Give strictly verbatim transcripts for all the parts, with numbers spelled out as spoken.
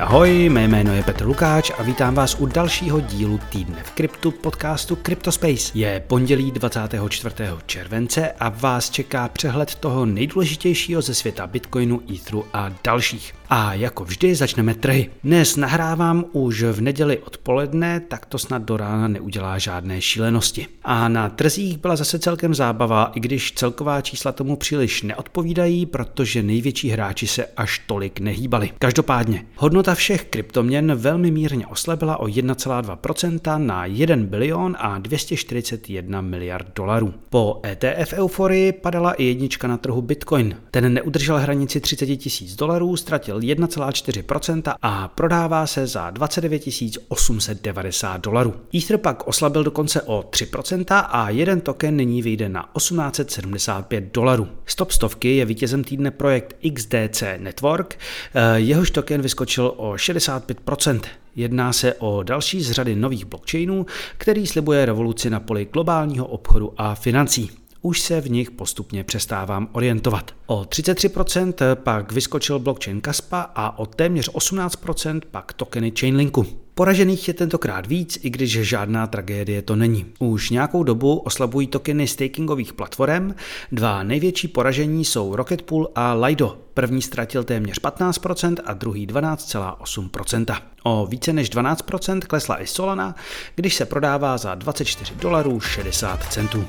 ahoj, mé jméno je Petr Lukáč a vítám vás u dalšího dílu Týdne v kryptu podcastu CryptoSpace. Je pondělí dvacátého čtvrtého července a vás čeká přehled toho nejdůležitějšího ze světa Bitcoinu, Etheru a dalších. A jako vždy začneme trhy. Dnes nahrávám už v neděli odpoledne, tak to snad do rána neudělá žádné šílenosti. A na trzích byla zase celkem zábava, i když celková čísla tomu příliš neodpovídají, protože největší hráči se až tolik nehýbali. Každopádně, hodnota všech kryptoměn velmi mírně oslabila o jedna celá dva procenta na jeden bilion a dvě stě čtyřicet jedna miliard dolarů. Po E T F euforii padala i jednička na trhu Bitcoin. Ten neudržel hranici třicet tisíc dolarů, ztratil jedna celá čtyři procenta a prodává se za dvacet devět tisíc osm set devadesát dolarů. Ether pak oslabil dokonce o tři procenta a jeden token nyní vyjde na tisíc osm set sedmdesát pět dolarů. Z top stovky je vítězem týdne projekt X D C Network, jehož token vyskočil o šedesát pět procent. Jedná se o další z řady nových blockchainů, který slibuje revoluci na poli globálního obchodu a financí. Už se v nich postupně přestávám orientovat. O třicet tři procent pak vyskočil blockchain Kaspa a o téměř osmnáct procent pak tokeny Chainlinku. Poražených je tentokrát víc, i když žádná tragédie to není. Už nějakou dobu oslabují tokeny stakingových platform. Dva největší poražení jsou Rocket Pool a Lido. První ztratil téměř patnáct procent a druhý dvanáct celá osm procenta. O více než dvanáct procent klesla i Solana, když se prodává za dvacet čtyři dolarů šedesát centů.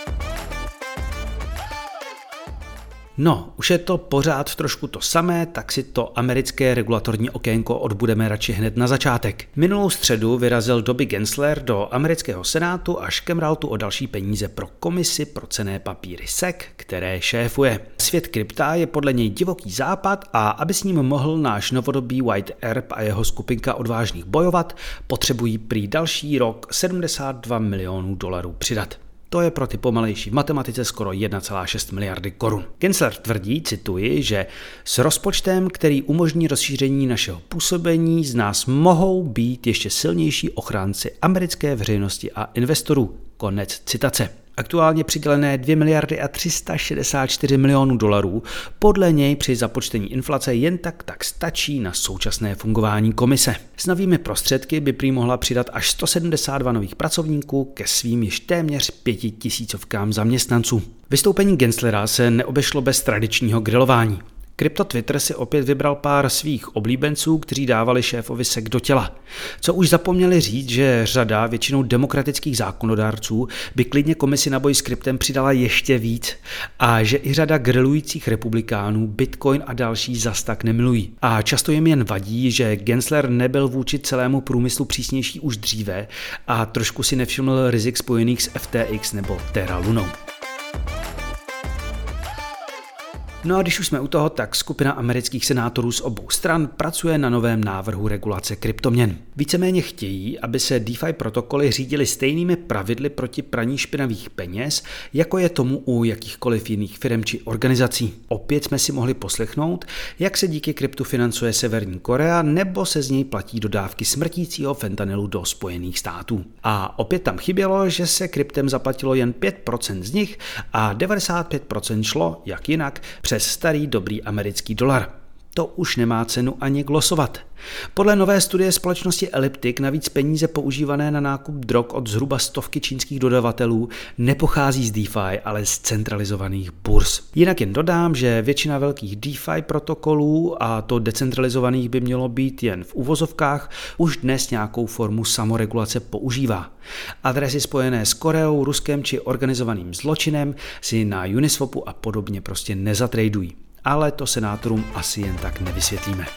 No, už je to pořád trošku to samé, tak si to americké regulatorní okénko odbudeme radši hned na začátek. Minulou středu vyrazil Bobby Gensler do amerického senátu a škemral tu o další peníze pro komisi pro cenné papíry S E C, které šéfuje. Svět krypta je podle něj divoký západ a aby s ním mohl náš novodobý White Earp a jeho skupinka odvážných bojovat, potřebují prý další rok sedmdesát dva milionů dolarů přidat. To je pro ty pomalejší v matematice skoro jedna celá šest miliardy korun. Gensler tvrdí, cituji, že s rozpočtem, který umožní rozšíření našeho působení, z nás mohou být ještě silnější ochránci americké veřejnosti a investorů. Konec citace. Aktuálně přidělené dvě miliardy a tři sta šedesát čtyři milionů dolarů podle něj při započtení inflace jen tak tak stačí na současné fungování komise. S novými prostředky by prý mohla přidat až sto sedmdesát dva nových pracovníků ke svým již téměř pěti tisícovkám zaměstnanců. Vystoupení Genslera se neobešlo bez tradičního grilování. Krypto Twitter si opět vybral pár svých oblíbenců, kteří dávali šéfovi S E C do těla. Co už zapomněli říct, že řada většinou demokratických zákonodárců by klidně komisi na boj s kryptem přidala ještě víc a že i řada grilujících republikánů Bitcoin a další zas tak nemilují. A často jim jen vadí, že Gensler nebyl vůči celému průmyslu přísnější už dříve a trošku si nevšiml rizik spojených s F T X nebo Terra Lunou. No a když už jsme u toho, tak skupina amerických senátorů z obou stran pracuje na novém návrhu regulace kryptoměn. Víceméně chtějí, aby se DeFi protokoly řídily stejnými pravidly proti praní špinavých peněz, jako je tomu u jakýchkoliv jiných firm či organizací. Opět jsme si mohli poslechnout, jak se díky kryptu financuje Severní Korea, nebo se z něj platí dodávky smrtícího fentanylu do Spojených států. A opět tam chybělo, že se kryptem zaplatilo jen pět procent z nich a devadesát pět procent šlo, jak jinak, přes starý dobrý americký dolar. To už nemá cenu ani glosovat. Podle nové studie společnosti Elliptic navíc peníze používané na nákup drog od zhruba stovky čínských dodavatelů nepochází z DeFi, ale z centralizovaných burz. Jinak jen dodám, že většina velkých DeFi protokolů, a to decentralizovaných by mělo být jen v uvozovkách, už dnes nějakou formu samoregulace používá. Adresy spojené s Koreou, Ruskem či organizovaným zločinem si na Uniswapu a podobně prostě nezatradují. Ale to senátorům asi jen tak nevysvětlíme.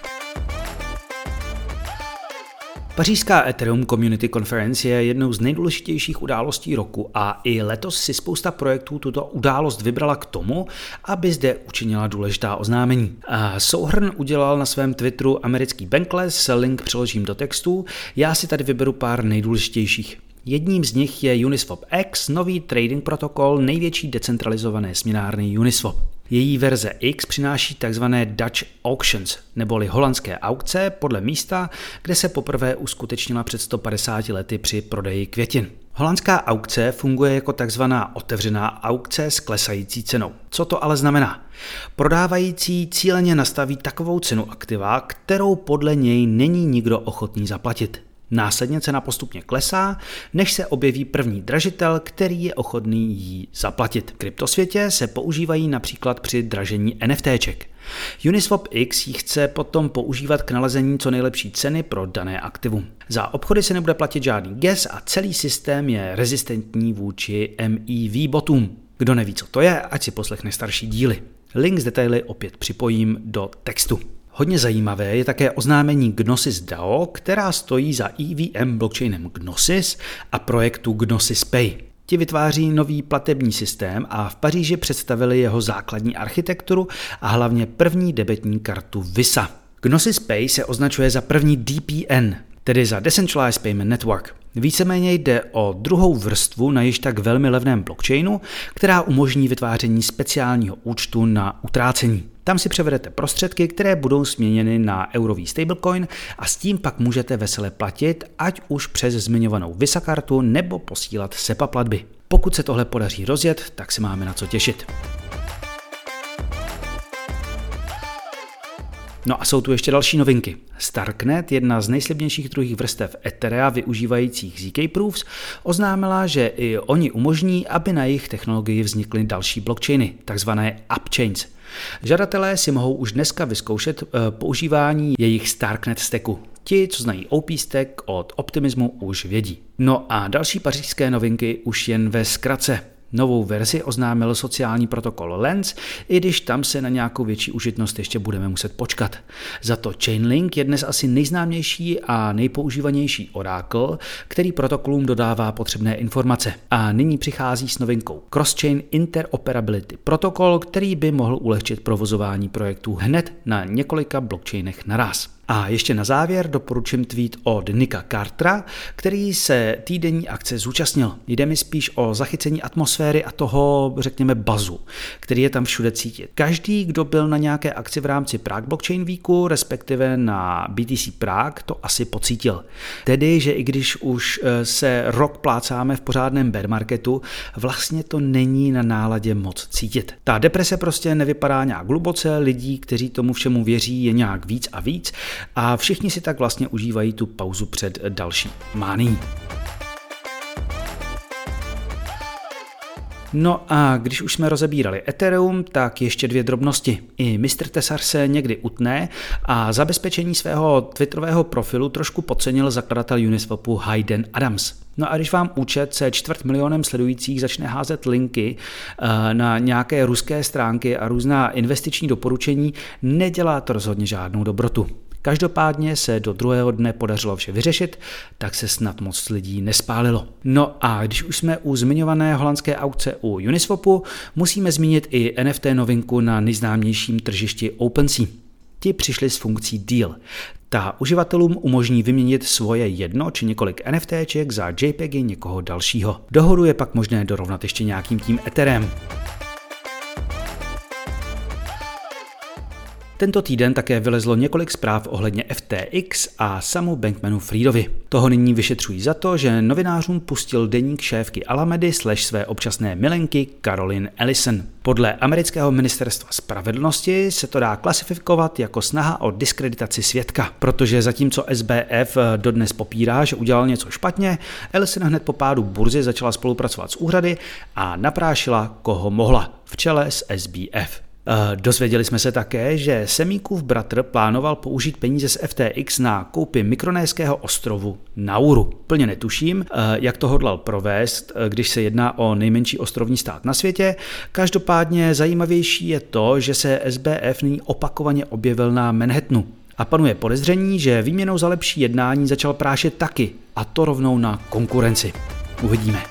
Pařížská Ethereum Community Conference je jednou z nejdůležitějších událostí roku a i letos si spousta projektů tuto událost vybrala k tomu, aby zde učinila důležitá oznámení. A souhrn udělal na svém Twitteru americký Bankless, link přeložím do textu, já si tady vyberu pár nejdůležitějších. Jedním z nich je Uniswap X, nový trading protokol největší decentralizované směnárny Uniswap. Její verze X přináší tzv. Dutch Auctions, neboli holandské aukce podle místa, kde se poprvé uskutečnila před sto padesáti lety při prodeji květin. Holandská aukce funguje jako takzvaná otevřená aukce s klesající cenou. Co to ale znamená? Prodávající cíleně nastaví takovou cenu aktiva, kterou podle něj není nikdo ochotný zaplatit. Následně cena postupně klesá, než se objeví první dražitel, který je ochotný jí zaplatit. V kryptosvětě se používají například při dražení NFTček. Uniswap X ji chce potom používat k nalezení co nejlepší ceny pro dané aktivum. Za obchody se nebude platit žádný gas a celý systém je rezistentní vůči M E V botům. Kdo neví, co to je, ať si poslechne starší díly. Link s detaily opět připojím do textu. Hodně zajímavé je také oznámení Gnosis D A O, která stojí za E V M blockchainem Gnosis a projektu Gnosis Pay. Ti vytváří nový platební systém a v Paříži představili jeho základní architekturu a hlavně první debetní kartu Visa. Gnosis Pay se označuje za první D P N, tedy za Decentralized Payment Network. Víceméně jde o druhou vrstvu na již tak velmi levném blockchainu, která umožní vytváření speciálního účtu na utrácení. Tam si převedete prostředky, které budou směněny na eurový stablecoin a s tím pak můžete vesele platit, ať už přes zmiňovanou Visa kartu nebo posílat SEPA platby. Pokud se tohle podaří rozjet, tak se máme na co těšit. No a jsou tu ještě další novinky. Starknet, jedna z nejslibnějších druhých vrstev Etherea využívajících Z K Proofs, oznámila, že i oni umožní, aby na jejich technologii vznikly další blockchainy, takzvané upchains. Žadatelé si mohou už dneska vyzkoušet e, používání jejich Starknet stacku. Ti, co znají O P stack od Optimismu, už vědí. No a další pařížské novinky už jen ve zkratce. Novou verzi oznámil sociální protokol Lens, i když tam se na nějakou větší užitnost ještě budeme muset počkat. Za to Chainlink je dnes asi nejznámější a nejpoužívanější orákl, který protokolům dodává potřebné informace. A nyní přichází s novinkou Cross-Chain Interoperability protokol, který by mohl ulehčit provozování projektů hned na několika blockchainech naraz. A ještě na závěr doporučím tweet od Nicka Cartera, který se týdenní akce zúčastnil. Jde mi spíš o zachycení atmosféry a toho, řekněme, buzzu, který je tam všude cítit. Každý, kdo byl na nějaké akci v rámci Prague Blockchain Weeku, respektive na B T C Prague, to asi pocítil. Tedy, že i když už se rok plácáme v pořádném bear marketu, vlastně to není na náladě moc cítit. Ta deprese prostě nevypadá nějak hluboce, lidí, kteří tomu všemu věří, je nějak víc a víc, a všichni si tak vlastně užívají tu pauzu před další mánií. No a když už jsme rozebírali Ethereum, tak ještě dvě drobnosti. I mistr Tesar se někdy utne a zabezpečení svého twitterového profilu trošku podcenil zakladatel Uniswapu Hayden Adams. No a když vám účet se čtvrt milionem sledujících začne házet linky na nějaké ruské stránky a různá investiční doporučení, nedělá to rozhodně žádnou dobrotu. Každopádně se do druhého dne podařilo vše vyřešit, tak se snad moc lidí nespálilo. No a když už jsme u zmiňované holandské aukce u Uniswapu, musíme zmínit i N F T novinku na nejznámějším tržišti OpenSea. Ti přišli s funkcí Deal. Ta uživatelům umožní vyměnit svoje jedno či několik NFTček za JPEGy někoho dalšího. Dohodu je pak možné dorovnat ještě nějakým tím Etherem. Tento týden také vylezlo několik zpráv ohledně F T X a Samu Bankmanu-Friedovi. Toho nyní vyšetřují za to, že novinářům pustil deník šéfky Alamedy slash své občasné milenky Caroline Ellison. Podle amerického ministerstva spravedlnosti se to dá klasifikovat jako snaha o diskreditaci svědka, protože zatímco S B F dodnes popírá, že udělal něco špatně, Ellison hned po pádu burzy začala spolupracovat s úřady a naprášila, koho mohla, v čele s S B F. Dozvěděli jsme se také, že Semíkův bratr plánoval použít peníze z F T X na koupi mikronéského ostrovu Nauru. Plně netuším, jak to hodlal provést, když se jedná o nejmenší ostrovní stát na světě. Každopádně zajímavější je to, že se S B F nyní opakovaně objevil na Manhattanu. A panuje podezření, že výměnou za lepší jednání začal prášet taky, a to rovnou na konkurenci. Uvidíme.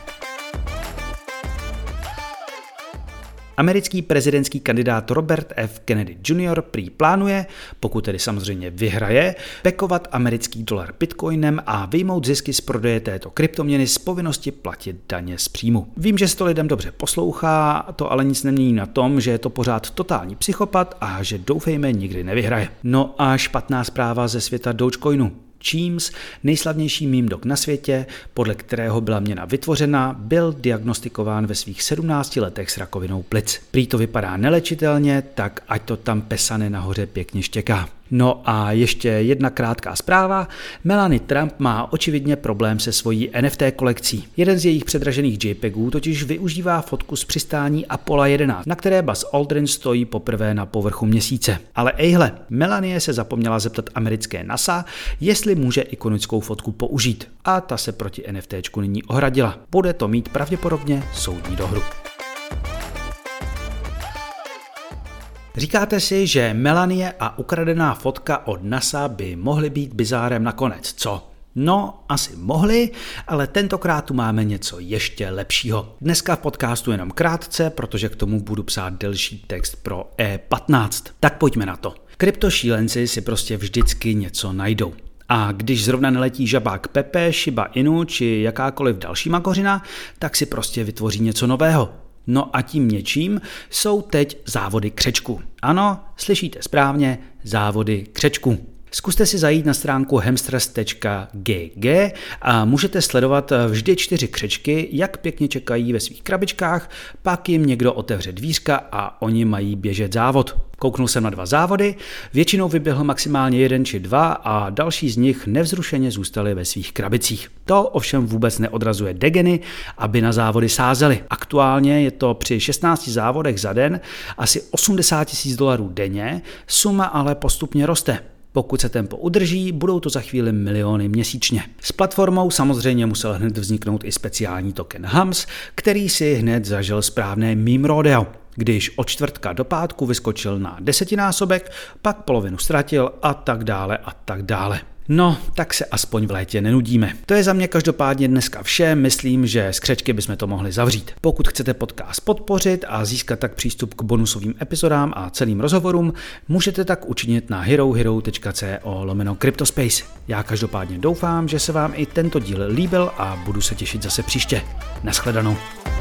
Americký prezidentský kandidát Robert F. Kennedy junior prý plánuje, pokud tedy samozřejmě vyhraje, pekovat americký dolar bitcoinem a vyjmout zisky z prodeje této kryptoměny z povinnosti platit daně z příjmu. Vím, že se to lidem dobře poslouchá, to ale nic nemění na tom, že je to pořád totální psychopat a že doufejme nikdy nevyhraje. No a špatná zpráva ze světa Dogecoinu. Čímž nejslavnější meme dog na světě, podle kterého byla měna vytvořena, byl diagnostikován ve svých sedmnácti letech s rakovinou plic. Prý to vypadá nelečitelně, tak ať to tam pesane nahoře pěkně štěká. No a ještě jedna krátká zpráva. Melania Trump má očividně problém se svojí N F T kolekcí. Jeden z jejich předražených JPEGů totiž využívá fotku z přistání Apollo jedenáct, na které Buzz Aldrin stojí poprvé na povrchu měsíce. Ale ejhle, Melanie se zapomněla zeptat americké NASA, jestli může ikonickou fotku použít. A ta se proti NFTčku nyní ohradila. Bude to mít pravděpodobně soudní dohru. Říkáte si, že Melanie a ukradená fotka od NASA by mohly být bizárem nakonec, co? No, asi mohli, ale tentokrát tu máme něco ještě lepšího. Dneska v podcastu jenom krátce, protože k tomu budu psát delší text pro E patnáct. Tak pojďme na to. Kryptošílenci si prostě vždycky něco najdou. A když zrovna neletí žabák Pepe, Shiba Inu či jakákoliv další makořina, tak si prostě vytvoří něco nového. No a tím něčím jsou teď závody křečků. Ano, slyšíte správně, závody křečků. Zkuste si zajít na stránku hamsters tečka g g a můžete sledovat vždy čtyři křečky, jak pěkně čekají ve svých krabičkách, pak jim někdo otevře dvířka a oni mají běžet závod. Kouknul jsem na dva závody, většinou vyběhl maximálně jeden či dva a další z nich nevzrušeně zůstali ve svých krabicích. To ovšem vůbec neodrazuje degeny, aby na závody sázeli. Aktuálně je to při šestnácti závodech za den asi osmdesát tisíc dolarů denně, suma ale postupně roste. Pokud se tempo udrží, budou to za chvíli miliony měsíčně. S platformou samozřejmě musel hned vzniknout i speciální token Hams, který si hned zažil správné meme rodeo. Když od čtvrtka do pátku vyskočil na desetinásobek, pak polovinu ztratil a tak dále a tak dále. No, tak se aspoň v létě nenudíme. To je za mě každopádně dneska vše, myslím, že s křečky bychom to mohli zavřít. Pokud chcete podcast podpořit a získat tak přístup k bonusovým epizodám a celým rozhovorům, můžete tak učinit na herohero tečka co lomeno CryptoSpace. Já každopádně doufám, že se vám i tento díl líbil a budu se těšit zase příště. Naschledanou.